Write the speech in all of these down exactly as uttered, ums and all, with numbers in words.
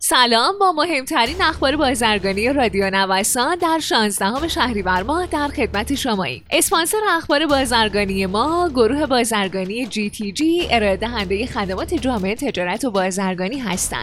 سلام، با مهمترین اخبار بازرگانی رادیو نوسان در شانزدهم شهریور ماه در خدمت شماییم. اسپانسر اخبار بازرگانی ما گروه بازرگانی جی تی جی ارائه دهنده خدمات جامعه تجارت و بازرگانی هستند.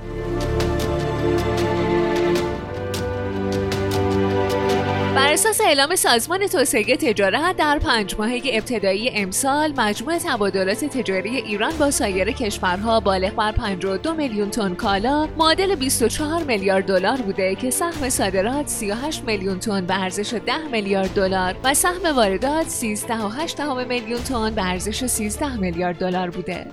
بر اساس اعلام سازمان توسعه تجارت در پنج ماهه ابتدایی امسال مجموع تبادلات تجاری ایران با سایر کشورها بالغ بر پنجاه و دو میلیون تن کالا معادل بیست و چهار میلیارد دلار بوده که سهم صادرات سی و هشت میلیون تن به ارزش ده میلیارد دلار و سهم واردات سیزده و هشت دهم میلیون تن به ارزش سیزده میلیارد دلار بوده.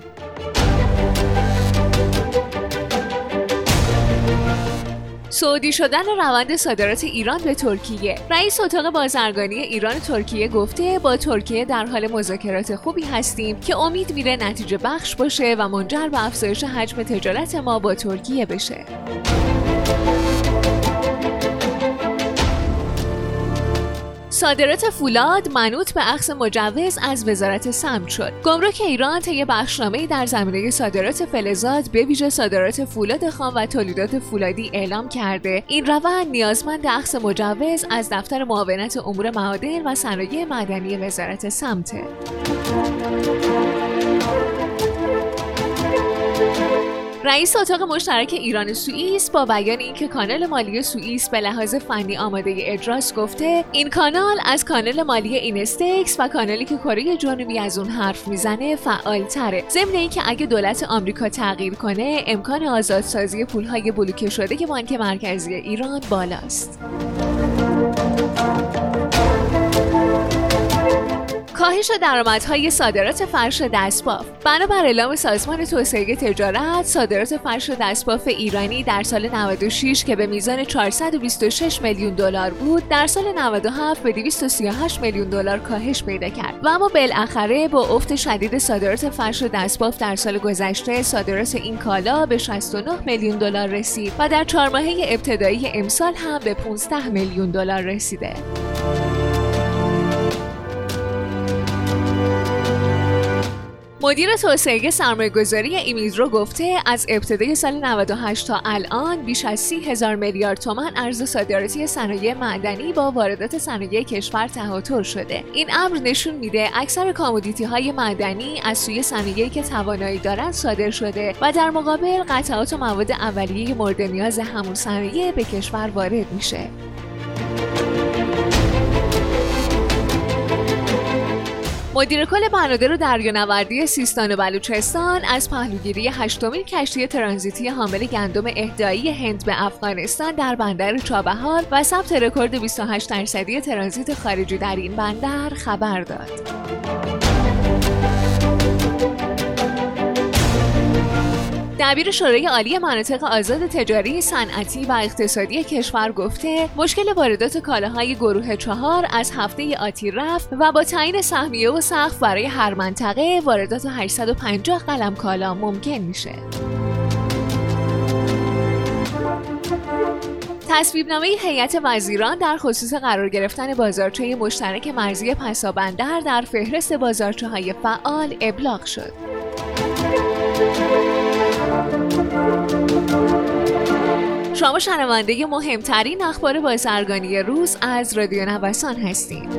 سعودی شدن روند صادرات ایران به ترکیه. رئیس اتاق بازرگانی ایران ترکیه گفته با ترکیه در حال مذاکرات خوبی هستیم که امید میره نتیجه بخش باشه و منجر به افزایش حجم تجارت ما با ترکیه بشه. صادرات فولاد منوط به اخذ مجوز از وزارت سمت شد. گمرک ایران طی بخشنامه‌ای در زمینه صادرات فلزات به ویژه صادرات فولاد خام و تولیدات فولادی اعلام کرده این روند نیازمند اخذ مجوز از دفتر معاونت امور معادن و صنایع معدنی وزارت سمته. رئیس اتاق مشترک ایران سوئیس با بیان اینکه کانال مالی سوئیس به لحاظ فنی آماده اجراست گفته این کانال از کانال مالی اینستکس و کانالی که کره جنوبی از اون حرف میزنه فعال تره. ضمن اینکه اگه دولت آمریکا تغییر کنه امکان آزادسازی پولهای بلوکه شده که بانک مرکزی ایران بالاست. کاهش درآمدهای صادرات فرش دستباف. بنابر اعلام سازمان توسعه تجارت، صادرات فرش دستباف ایرانی در سال نود و شش که به میزان چهارصد و بیست و شش میلیون دلار بود، در سال نود و هفت به دویست و سی و هشت میلیون دلار کاهش پیدا کرد و اما بالاخره با افت شدید صادرات فرش دستباف در سال گذشته، صادرات این کالا به شصت و نه میلیون دلار رسید و در چهار ماهه ابتدایی امسال هم به پانزده میلیون دلار رسیده. مدیر توسعه سرمایه‌گذاری ایمیدرو گفته از ابتدای سال نود و هشت تا الان بیش از سی هزار میلیارد تومان ارز صادراتی صنایع معدنی با واردات صنایع کشور تهاتر شده. این امر نشون میده اکثر کامودیتی‌های معدنی از سوی صنایعی که توانایی دارند صادر شده و در مقابل قطعات و مواد اولیه مورد نیاز همون صنایع به کشور وارد میشه. مدیر کل بنادر دریانوردی سیستان و بلوچستان از پهلوگیری هشتمین کشتی ترانزیتی حامل گندم اهدایی هند به افغانستان در بندر چابهار و ثبت رکورد بیست و هشت درصدی ترانزیت خارجی در این بندر خبر داد. دبیر شورای عالی مناطق آزاد تجاری، صنعتی و اقتصادی کشور گفته مشکل واردات کالاهای گروه چهار از هفته آتی رفت و با تعیین سهمیه و سقف برای هر منطقه واردات هشتصد و پنجاه قلم کالا ممکن میشه. تصویبنامه هیئت وزیران در خصوص قرار گرفتن بازارچه مشترک مرزی پسابندر در فهرست بازارچه‌های فعال ابلاغ شد. شما شنونده مهمترین اخبار بازرگانی روز از رادیو نوسان هستید.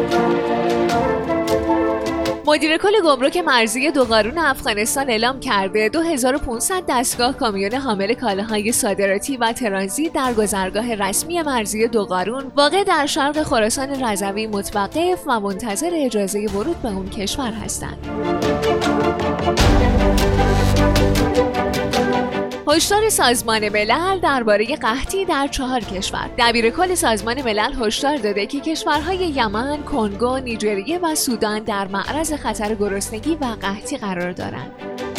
مدیر کل گمرک مرزی دوقارون افغانستان اعلام کرده دو هزار و پانصد دستگاه کامیون حامل کالاهای صادراتی و ترانزیت در گذرگاه رسمی مرزی دوقارون واقع در شرق خراسان رضوی متوقف و منتظر اجازه ورود به اون کشور هستند. هشدار سازمان ملل درباره قحطی در چهار کشور. دبیر کل سازمان ملل هشدار داده که کشورهای یمن، کنگو، نیجریه و سودان در معرض خطر گرسنگی و قحطی قرار دارند.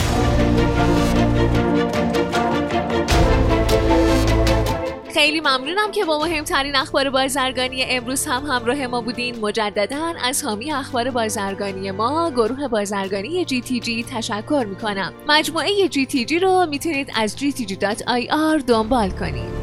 خیلی ممنونم که با مهمترین اخبار بازرگانی امروز هم همراه ما بودین. مجدداً از حامی اخبار بازرگانی ما گروه بازرگانی جی تی جی تشکر میکنم. مجموعه جی تی جی رو میتونید از جی تی جی دات آی آر دنبال کنید.